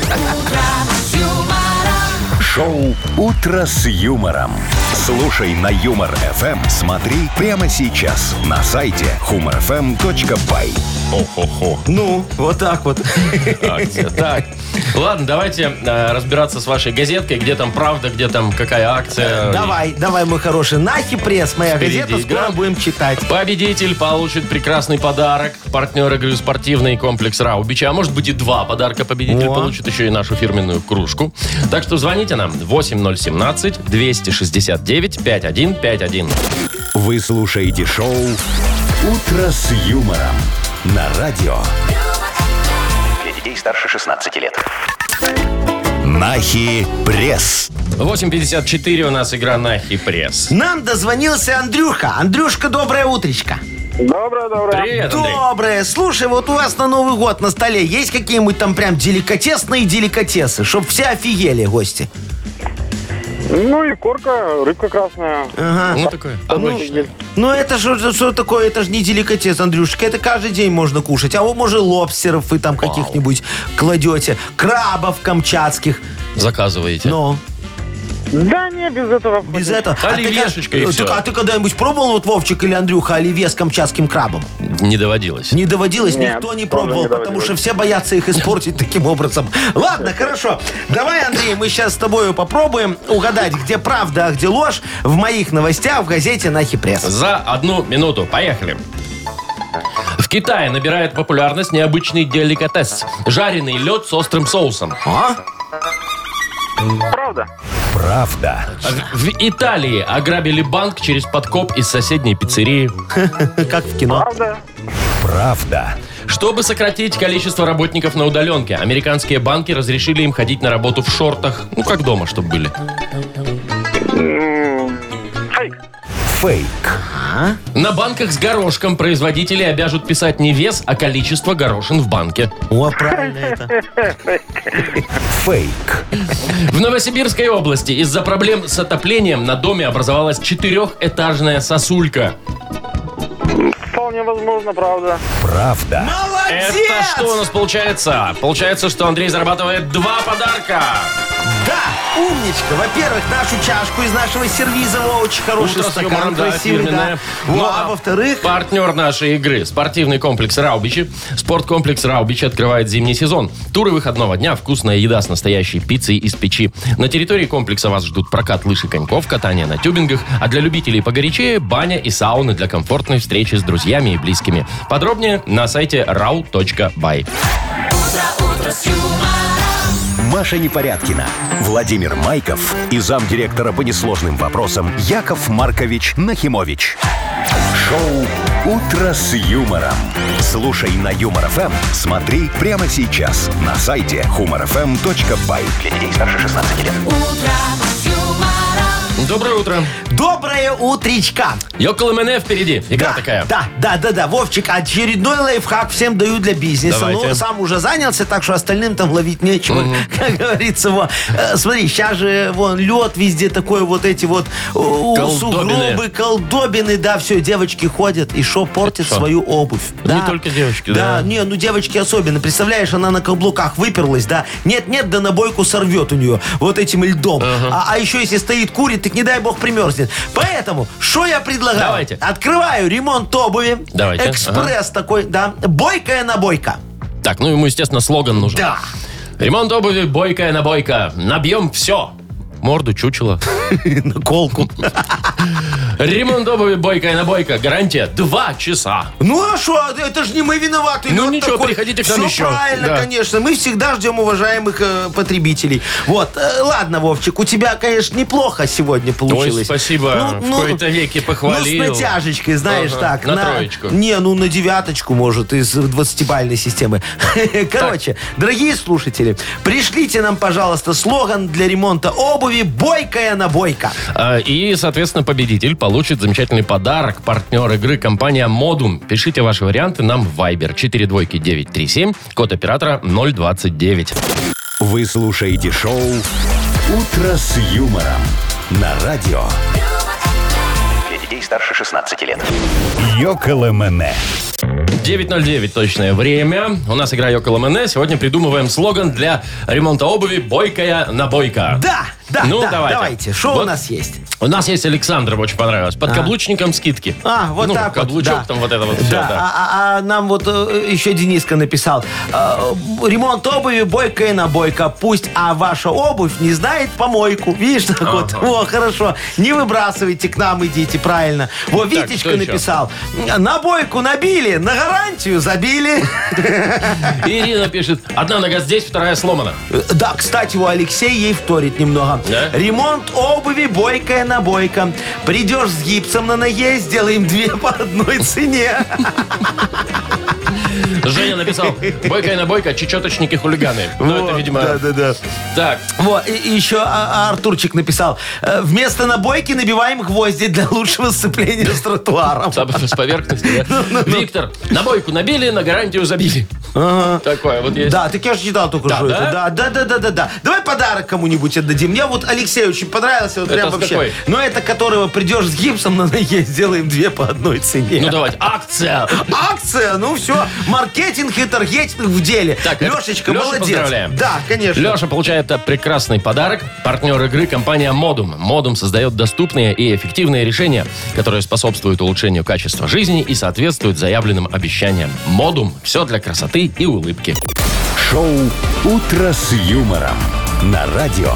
Шоу «Утро с юмором». Слушай на Юмор эф эм. Смотри прямо сейчас на сайте humor эф эм точка бай. Хо-хо-хо. Ну, вот так вот. Акция. Так, ладно, давайте э, разбираться с вашей газеткой, где там правда, где там какая акция. Давай, давай, мой хороший. Нахи пресс, моя Впереди газета, игра. скоро будем читать. Победитель получит прекрасный подарок. Партнер игры «Спортивный комплекс Раубича». А может быть и два подарка победитель О. получит, еще и нашу фирменную кружку. Так что звоните нам восемь ноль семнадцать двести шестьдесят девять пятьдесят один пятьдесят один. Вы слушаете шоу «Утро с юмором» на радио. Для детей старше шестнадцати лет. Нахи пресс. восемь пятьдесят четыре у нас игра на Хипресс. Нам дозвонился Андрюха. Андрюшка, доброе утречко. Доброе, доброе. Привет, Андрей. Доброе. Слушай, вот у вас на Новый год на столе есть какие-нибудь там прям деликатесные деликатесы, чтоб все офигели гости? Ну и корка, рыбка красная. Ага. Ну, такое обычное. Ну это же что такое? Это же не деликатес, Андрюшка. Это каждый день можно кушать. А вот, может, лобстеров вы там каких-нибудь кладете. Крабов камчатских. заказываете? Ну, Да не, без этого. без этого. А ты, Оливьешечка и как- всё. так, а ты когда-нибудь пробовал, вот, Вовчик или Андрюха, оливье с камчатским крабом? Не доводилось. Не доводилось, Нет, никто не тоже пробовал, не потому доводилось. что все боятся их испортить таким образом. Ладно, хорошо. Давай, Андрей, мы сейчас с тобой попробуем угадать, где правда, а где ложь в моих новостях в газете «Нахи пресс». За одну минуту. Поехали. В Китае набирает популярность необычный деликатес. Жареный лед с острым соусом. А? Правда? Правда. В, в Италии ограбили банк через подкоп из соседней пиццерии. Как в кино. Правда? Правда. Чтобы сократить количество работников на удаленке, американские банки разрешили им ходить на работу в шортах. Ну, как дома, чтобы были. М, Фейк. Фейк. На банках с горошком производители обяжут писать не вес, а количество горошин в банке. О, правильно это. Фейк. В Новосибирской области из-за проблем с отоплением на доме образовалась четырехэтажная сосулька. Вполне возможно, правда. Правда. Молодец! Это что у нас получается? Получается, что Андрей зарабатывает два подарка. Да, умничка. Во-первых, нашу чашку из нашего сервиза, очень хороший Утро с стакан, юмором, да, красивый, да. фирменное. Во, Ну, а во-вторых, партнер нашей игры – спортивный комплекс «Раубичи». Спорткомплекс «Раубичи» открывает зимний сезон. Туры выходного дня, вкусная еда с настоящей пиццей из печи. На территории комплекса вас ждут прокат лыж и коньков, катание на тюбингах, а для любителей погорячее – баня и сауны для комфортной встречи с друзьями и близкими. Подробнее на сайте рау точка бай. Маша Непорядкина, Владимир Майков и замдиректора по несложным вопросам Яков Маркович Нахимович. Шоу «Утро с юмором». Слушай на Юмор ФМ, смотри прямо сейчас на сайте humor эф эм точка бай. Для детей старше шестнадцати лет. Доброе утро. доброе утречка. Йокол МН впереди. Игра Да, такая. Да, да, да, да. Вовчик, очередной лайфхак всем даю для бизнеса. Давайте. Ну, сам уже занялся, так что остальным там ловить нечего. Как говорится, во. Э, смотри, сейчас же вон лед везде такой, вот эти вот у, Колдобины. сугробы, колдобины, да, все, девочки ходят и шо портят Шо? свою обувь. Не Да. только девочки, Да, да. не, ну девочки особенно. Представляешь, она на каблуках выперлась, да. Нет-нет, да набойку сорвет у нее вот этим льдом. А, а еще если стоит, курит, так не дай бог примерзнет. Поэтому, что я предлагаю? Давайте. Открываю ремонт обуви. Давайте. Экспресс такой, да. Бойкая набойка. Так, ну ему, естественно, слоган нужен. Да. Ремонт обуви, бойкая набойка. Набьем все. Морду чучело. Наколку. Ремонт обуви, бойкая набойка. Гарантия два часа. Ну а что, это же не мы виноваты. Ну, лед ничего, такой. приходите к нам Всё еще. правильно, Да. конечно. Мы всегда ждем уважаемых э, потребителей. Вот, э, ладно, Вовчик, у тебя, конечно, неплохо сегодня получилось. Ой, спасибо. В кои-то веки похвалил. Ну, с натяжечкой, знаешь, Ага, так. на троечку. Не, ну, на девяточку, может, из двадцатибалльной системы. Короче, дорогие слушатели, пришлите нам, пожалуйста, слоган для ремонта обуви «Бойкая набойка». А, И, соответственно, победитель получит замечательный подарок. Партнер игры — компания «Модум». Пишите ваши варианты нам в Viber четыре двойки девять три семь, код оператора ноль двадцать девять. Вы слушаете шоу «Утро с юмором» на радио. Для детей старше шестнадцати лет. Йоколэмэне. девять ноль девять точное время. У нас игра Йокол МН. Сегодня придумываем слоган для ремонта обуви «Бойкая набойка». Да, да, Ну, да, давайте. давайте. Что Вот. у нас есть? У нас есть Александр, очень понравилось. Под каблучником скидки. А, вот ну, так вот, каблучок, да. там вот это вот все, Да, да. А, а- а нам вот э, еще Дениска написал. э, ремонт обуви, бойкая набойка. Пусть, а ваша обувь не знает помойку. Видишь, так вот. О, хорошо. Не выбрасывайте к нам, идите, правильно. Во, Витечка что еще? написал. Набойку набили, на гарантию забили. Ирина пишет, одна нога здесь, вторая сломана. Э, Да, кстати, у Алексея ей вторит немного. Да? Ремонт обуви, бойкая набойка. Придешь с гипсом на ноге, сделаем две по одной цене. Женя написал, бойкая набойка, чечеточники хулиганы. Ну, это, Вот, видимо... Да-да-да. Так, Вот, и, и еще а- а Артурчик написал. э, Вместо набойки набиваем гвозди для лучшего сцепления с тротуаром. с с поверхности, да? Виктор, набойку набили, на гарантию забили. Ага. Такое вот есть. Да, так я же читал только Да, что да? это. Да, да, да, да, да, да. Давай подарок кому-нибудь отдадим. Мне вот Алексей очень понравился. Вот Это прям с вообще. какой? Но это которого придешь с гипсом на ноге, сделаем две по одной цене. Ну давайте, акция. Акция, ну все, маркетинг и таргетинг в деле. Так, Лешечка, Лешу молодец. поздравляем. Да, конечно. Леша получает прекрасный подарок. Партнер игры — компания Modum. Modum создает доступные и эффективные решения, которые способствуют улучшению качества жизни и соответствуют заявленным обещаниям. Modum — все для красоты и улыбки. Шоу «Утро с юмором» на радио.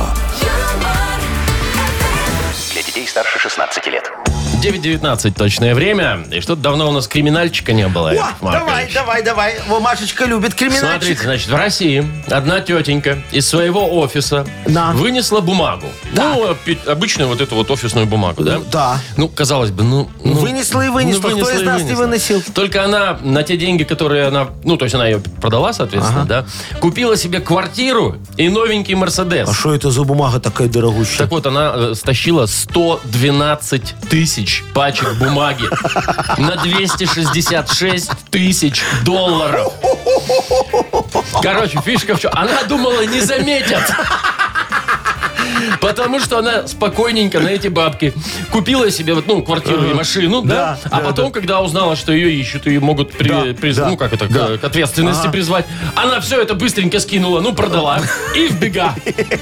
Для детей старше шестнадцати лет. девять девятнадцать точное время. И что-то давно у нас криминальчика не было. О, Яков давай, Маркович. давай, давай. Во, Машечка любит криминальчик. Смотрите, значит, в России одна тетенька из своего офиса Да. вынесла бумагу. Да. Ну, опи- обычную вот эту вот офисную бумагу, да? Да. Ну, казалось бы, ну... ну Вынесла и вынесла. ну, Кто из и нас не вынесла. выносил? Только она на те деньги, которые она... Ну, то есть она ее продала, соответственно, да? Купила себе квартиру и новенький Мерседес. А что это за бумага такая дорогущая? Так вот, она э, стащила сто двенадцать тысяч пачек бумаги на двести шестьдесят шесть тысяч долларов. Короче, фишка в чем? Она думала, не заметят. Потому что она спокойненько на эти бабки купила себе вот, ну, квартиру и машину, да? Да, а да, потом, да. когда узнала, что ее ищут и могут при- Да, приз- да, ну, как это, да. к, к ответственности Ага. призвать, она все это быстренько скинула, ну, продала и в бега.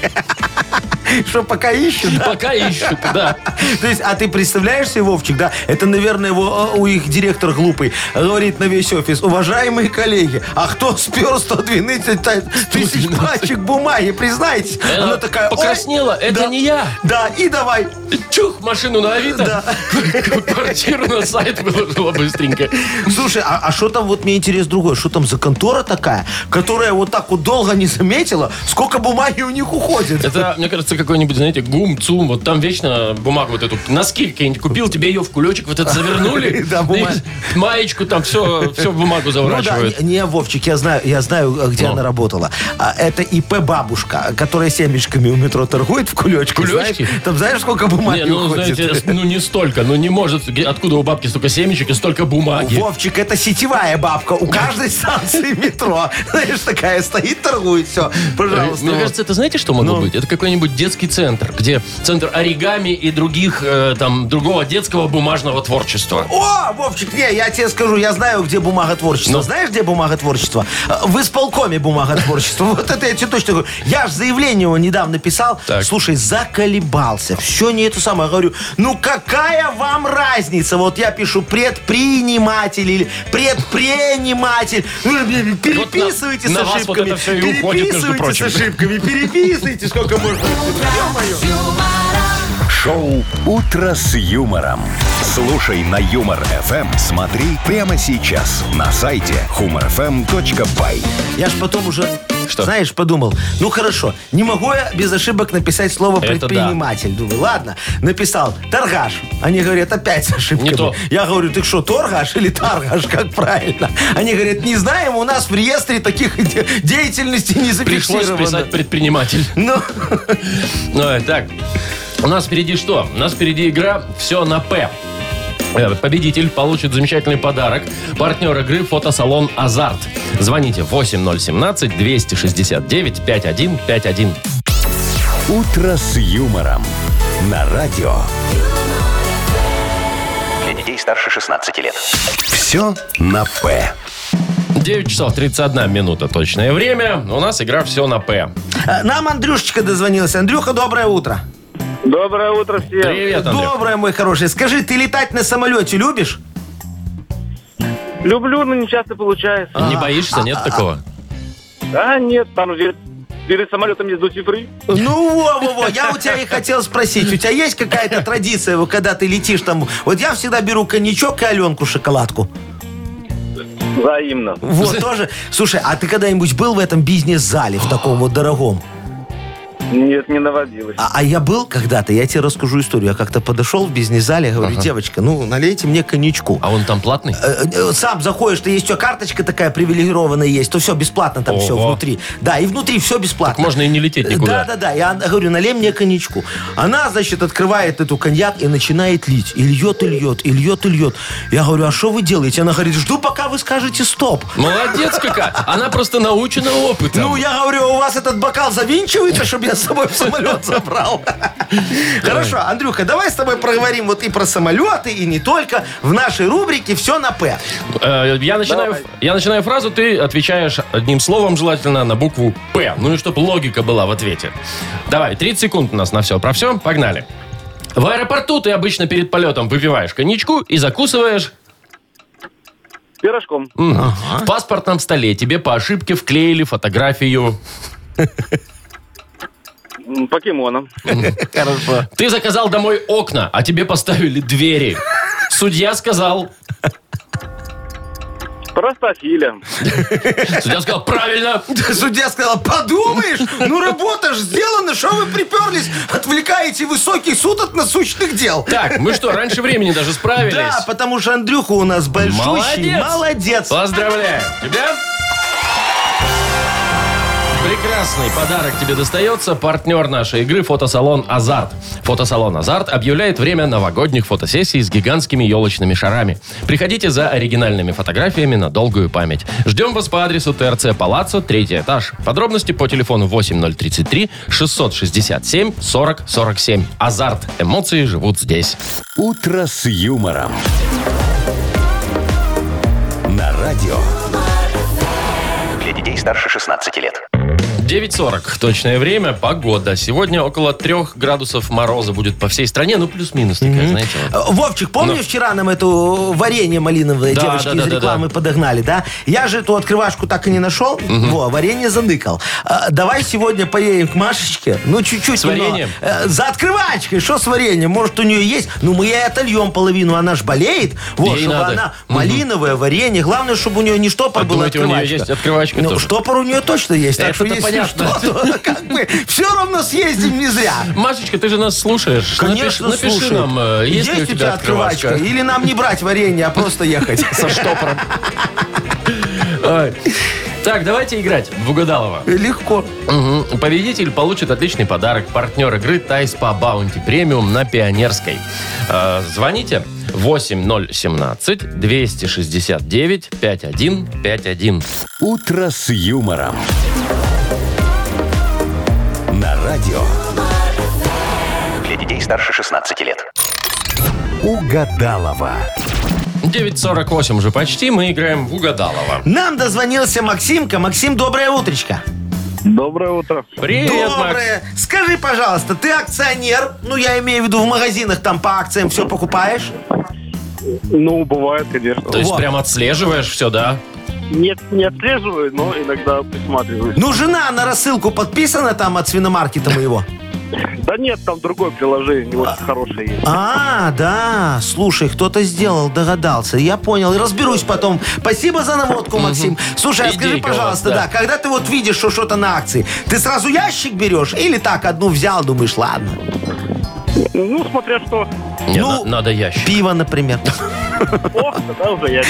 Что, пока ищут, да? Пока ищут, да. То есть, а ты представляешь себе, Вовчик, да? Это, наверное, его, э, у их директор глупый говорит на весь офис: уважаемые коллеги, а кто спер сто двенадцать тысяч пачек бумаги, признайтесь? Она Она такая: «Ой, покраснела, это да, не я. Да, и давай. Чух, машину на Авито, Да. квартиру на сайт выложила быстренько. Слушай, а что там, вот мне интерес другой, что там за контора такая, которая вот так вот долго не заметила, сколько бумаги у них уходит? Это, мне кажется, какой-нибудь, знаете, гум, цум, вот там вечно бумагу вот эту, носки какие-нибудь купил, тебе ее в кулечек вот это завернули, Да, бумаг- и маечку там все, все в бумагу Ну да, заворачивают. не, не, Вовчик, я знаю, я знаю, где Ну. она работала. А, это ИП бабушка, которая семечками у метро торгует в кулечке. Кулечки? Знаешь? Там знаешь, сколько бумаги Не, ну, уходит? знаете, ну не столько, ну не может, где- откуда у бабки столько семечек и столько бумаги. Вовчик, это сетевая бабка. У каждой станции метро. Знаешь, такая стоит, торгует, все. Пожалуйста. Мне вот. кажется, это знаете, что могло Ну. быть? Это какой-нибудь детский центр, где центр оригами и других, э, там, другого детского бумажного творчества. О, Вовчик, не, я тебе скажу, я знаю, где бумага творчества. Ну. Знаешь, где бумага творчества? В исполкоме бумага творчества. Вот это я тебе точно говорю. Я же заявление его недавно писал. Так. Слушай, заколебался. Все не это самое. Говорю, ну какая вам разница? Вот я пишу предприниматель или предприниматель. Ну, переписывайте на- с на вас вот ошибками. это всё и уходит, между Переписывайте прочим. с ошибками. Переписывайте, сколько можно. Ё-моё. Шоу «Утро с юмором». Слушай на Юмор эф эм. Смотри прямо сейчас на сайте humor f m точка by. Я ж потом уже, Что? знаешь, подумал, ну хорошо, не могу я без ошибок написать слово Это предприниматель. Думаю, ладно, написал торгаш. Они говорят, опять с ошибками. Не то. Я говорю, ты что, торгаш или таргаш, как правильно? Они говорят, не знаем, у нас в реестре таких де- деятельностей не Пришлось зафиксировано. писать предприниматель. Ну, Ну, так, у нас впереди что? У нас впереди игра «Все на П». Э, Победитель получит замечательный подарок. Партнер игры — фотосалон «Азарт». Звоните восемь ноль семнадцать двести шестьдесят девять пятьдесят один пятьдесят один. «Утро с юмором» на радио. Для детей старше шестнадцати лет. Все на «П». девять часов тридцать одна минута точное время. У нас игра «Все на П». э, нам Андрюшечка дозвонился. Андрюха, доброе утро. Доброе утро всем. Привет, Андрей. Доброе, мой хороший. Скажи, ты летать на самолете любишь? Люблю, но не часто получается. Не боишься? Нет такого? А, нет, там же перед самолетом есть дути-фри. Ну, во-во-во, я у тебя и хотел спросить, у тебя есть какая-то традиция, вот когда ты летишь там? Вот я всегда беру коньячок и Аленку шоколадку. Взаимно. Вот, тоже. Слушай, а ты когда-нибудь был в этом бизнес-зале, в таком вот дорогом? Нет, не наводилось. А, а я был когда-то, я тебе расскажу историю. Я как-то подошел в бизнес-зале, говорю, девочка, ну, налейте мне коньячку. А он там платный? Э, э, Сам заходишь, то есть у тебя карточка такая привилегированная есть, то все бесплатно там все Ого. внутри. Да, и внутри все бесплатно. Так можно и не лететь никуда. Да, да, да. Я говорю, налей мне коньячку. Она, значит, открывает эту коньяк и начинает лить. И льет, и льет, и льет, и льет. Я говорю, а что вы делаете? Она говорит, жду, пока вы скажете стоп. Молодец какая. Она просто научена опытом. Ну, я говорю, у вас этот бокал завинчивается, чтобы я с собой в самолет забрал. Хорошо, Андрюха, давай с тобой проговорим вот и про самолеты, и не только. В нашей рубрике «Все на П». Э, Я начинаю, я начинаю фразу, ты отвечаешь одним словом, желательно на букву «П». Ну и чтобы логика была в ответе. Давай, тридцать секунд у нас на все. Про все, погнали. В аэропорту ты обычно перед полетом выпиваешь коньячку и закусываешь... Пирожком. М. В паспортном столе тебе по ошибке вклеили фотографию... М, Покемоном. Хорошо. Ты заказал домой окна, а тебе поставили двери. Судья сказал... Простофиля. Судья сказал, правильно. Судья сказал, подумаешь, ну работа ж сделана, что вы приперлись, отвлекаете высокий суд от насущных дел. Так, мы что, раньше времени даже справились? Да, потому что Андрюха у нас большущий. Молодец. Молодец. Поздравляю тебя. Прекрасный подарок тебе достается. Партнер нашей игры — фотосалон «Азарт». Фотосалон «Азарт» объявляет время новогодних фотосессий с гигантскими елочными шарами. Приходите за оригинальными фотографиями на долгую память. Ждем вас по адресу ТРЦ Палаццо, третий этаж. Подробности по телефону восемь ноль тридцать три шестьсот шестьдесят семь сорок сорок семь. «Азарт». Эмоции живут здесь. «Утро с юмором». На радио. Для детей старше шестнадцати лет. девять сорок. Точное время. Погода. Сегодня около трех градусов мороза будет по всей стране. Ну, плюс-минус такая, знаете. Вот. Э, Вовчик, помнишь, Ну. вчера нам эту варенье малиновое Да, девочки да, из да, да, рекламы да. подогнали, да? Я же эту открывашку так и не нашел. Во, варенье заныкал. Э, Давай сегодня поедем к Машечке. Ну, чуть-чуть. С немного. вареньем? Э, За открывачкой. Что с вареньем? Может, у нее есть? Ну, мы ей отольем половину. Она ж болеет. Вот, Ей чтобы надо. она Мгм. малиновое варенье. Главное, чтобы у нее не штопор А был, думаете, у нее открывачка. есть открывачка Ну, тоже? штопор у нее точно есть. Так что Это если понятно. что, то как бы все равно съездим не зря. Машечка, ты же нас слушаешь. Конечно, напиши, напиши слушай. нам, э, есть, ли у тебя открывачка. Или нам не брать варенье, а просто ехать. Со штопором. Ой. Так, давайте играть в Угадалова. Легко. Мгм. Победитель получит отличный подарок. Партнер игры Тайспа Баунти Премиум на Пионерской. Э, Звоните восемь ноль один семь двести шестьдесят девять пятьдесят один пятьдесят один. «Утро с юмором». На радио. Для детей старше шестнадцати лет. Угадалова. девять сорок восемь уже почти. Мы играем в Угадалова. Нам дозвонился Максимка. Максим, доброе утречко. Доброе утро. Привет, Макс. Доброе. Скажи, пожалуйста, ты акционер? Ну, я имею в виду, в магазинах там по акциям все покупаешь? Ну, бывает, конечно. То есть Вот. прям отслеживаешь все, да? Нет, не отслеживаю, но иногда присматриваю. Ну, жена на рассылку подписана там от свиномаркета моего? Да нет, там другое приложение, не очень хорошее есть. А, да, слушай, кто-то сделал, догадался. Я понял, разберусь потом. Спасибо за наводку, Максим. Слушай, а скажи, Идейка у вас, пожалуйста, да. да, когда ты вот видишь, что что-то на акции, ты сразу ящик берешь или так одну взял, думаешь, ладно? Ну, смотря что. Не, Ну, на- надо ящик. Пиво, например. Ох, тогда уже я.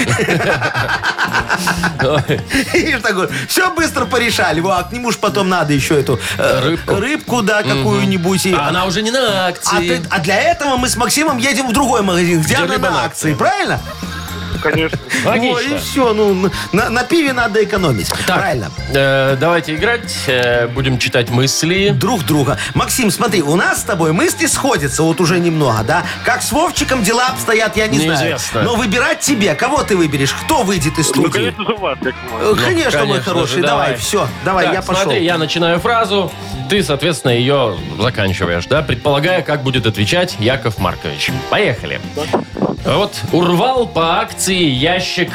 Ой. И такой, все быстро порешали. Во, а к нему ж потом надо еще эту э, Рыбку. рыбку, да, какую-нибудь. И- А она уже не на А, акции. ты- а для этого мы с Максимом едем в другой магазин, где, Где она рыба на на акции, акции. правильно? Конечно. Логично. Во, и все, ну, на, на пиве надо экономить. Так, Правильно. э, давайте играть. Э, будем читать мысли. Друг друга. Максим, смотри, у нас с тобой мысли сходятся вот уже немного, да? Как с Вовчиком дела обстоят, я не Неизвестно. знаю. Но выбирать тебе. Кого ты выберешь? Кто выйдет из Ну, студии? конечно же, вас, как Э, конечно, мой конечно хороший. же, давай, давай. все. Давай, Так, я пошел. смотри, я начинаю фразу, ты, соответственно, ее заканчиваешь, да, предполагая, как будет отвечать Яков Маркович. Поехали. Вот урвал по акции ящик.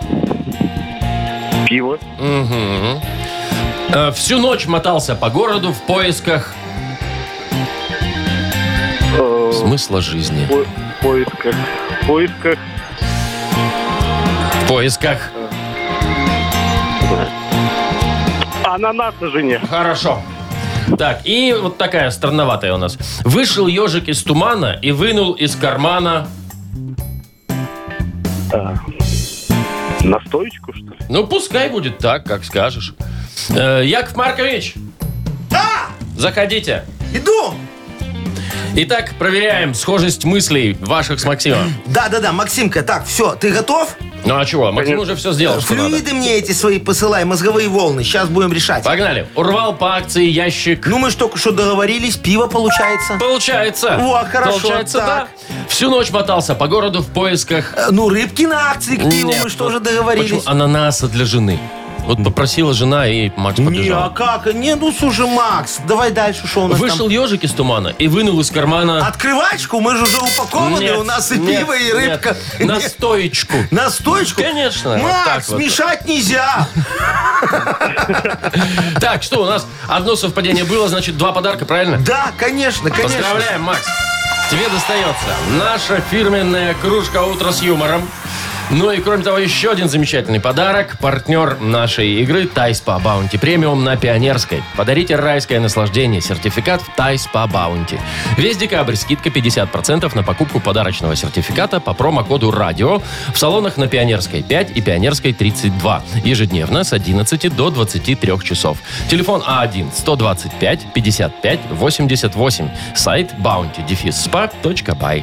пиво. Мгм. Э, Всю ночь мотался по городу в поисках Э, смысла жизни. по- В поисках. В поисках. В поисках. Ананас на жене. Хорошо. Так, и вот такая странноватая у нас. Вышел ежик из тумана и вынул из кармана... Настоечку, что ли? Ну, пускай будет так, как скажешь. Э, Яков Маркович, Да! заходите. Иду! Итак, проверяем схожесть мыслей ваших с Максимом. Да-да-да, Максимка, так, все, ты готов? Ну а чего, Максим уже все сделал, что надо. Флюиды мне эти свои посылай, мозговые волны. Сейчас будем решать. Погнали. Урвал по акции ящик. Ну, мы ж только что договорились, пиво получается. Получается. Во, хорошо, Получается, так. да. Всю ночь мотался по городу в поисках... Э, Ну, рыбки на акции к пиву, Нет, мы что вот же договорились? почему? Ананаса для жены. Вот попросила жена, и Макс Не, побежал. а как? Не, ну, слушай, Макс, давай дальше, что у нас Вышел ежик из тумана и вынул из кармана... там? Открывачку, мы же уже упакованы, Нет, у нас и нет, пиво, и рыбка. нет. Настоечку. Настоечку? Конечно, вот Макс, так вот. мешать нельзя. Так, что у нас? Одно совпадение было, значит, два подарка, правильно? Да, конечно, конечно. Поздравляем, Макс. Тебе достается наша фирменная кружка «Утро с юмором». Ну и кроме того, еще один замечательный подарок. Партнер нашей игры Тайс по Баунти Премиум на Пионерской. Подарите райское наслаждение. Сертификат в Тайс по Баунти. Весь декабрь скидка пятьдесят процентов на покупку подарочного сертификата по промокоду «Радио» в салонах на Пионерской пять и Пионерской тридцать два. Ежедневно с одиннадцати до двадцати трёх часов. Телефон А один сто двадцать пять пятьдесят пять восемьдесят восемь. Сайт баунти дефис спа точка бай.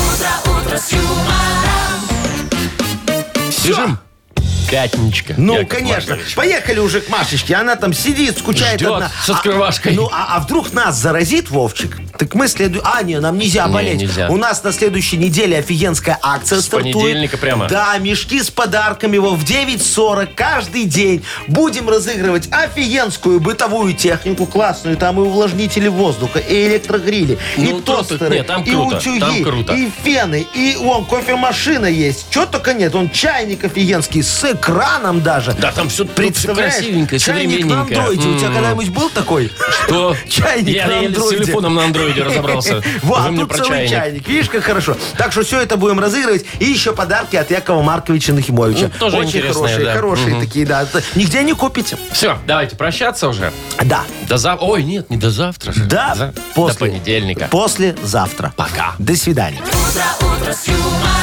Бежим. Пятничка. Ну, Яков конечно. Маркович. Поехали уже к Машечке. Она там сидит, скучает Ждет одна. со скрывашкой. А, ну, а, а вдруг нас заразит, Вовчик? Так мы следуем... А, не, нам нельзя Не, болеть. нельзя. У нас на следующей неделе офигенская акция С стартует. понедельника прямо. Да, мешки с подарками его в девять сорок каждый день. Будем разыгрывать офигенскую бытовую технику, классную. Там и увлажнители воздуха, и электрогрили, Ну, и то тут тостеры, нет, там и круто, утюги, там круто. и фены, и вон кофемашина есть. Чего только нет. Он чайник офигенский с экраном даже. Да, там все, Представляешь? красивенькое, Чайник на современненькое. андроиде. У тебя М. когда-нибудь был такой? Что? Чайник Я на еле с андроиде. телефоном на андроиде разобрался. Вот, Вы а мне тут про целый чайник. чайник. Видишь, как хорошо. Так что все это будем разыгрывать. И еще подарки от Якова Марковича Нахимовича. Ну, тоже Очень интересные, хорошие, да. хорошие Мгм. такие, да. Это нигде не купите. Все, давайте прощаться уже. Да. До завтра. Ой, нет, не до завтра же. Да, За- после, До понедельника. Послезавтра. Пока. До свидания. Утро, утро с юмором.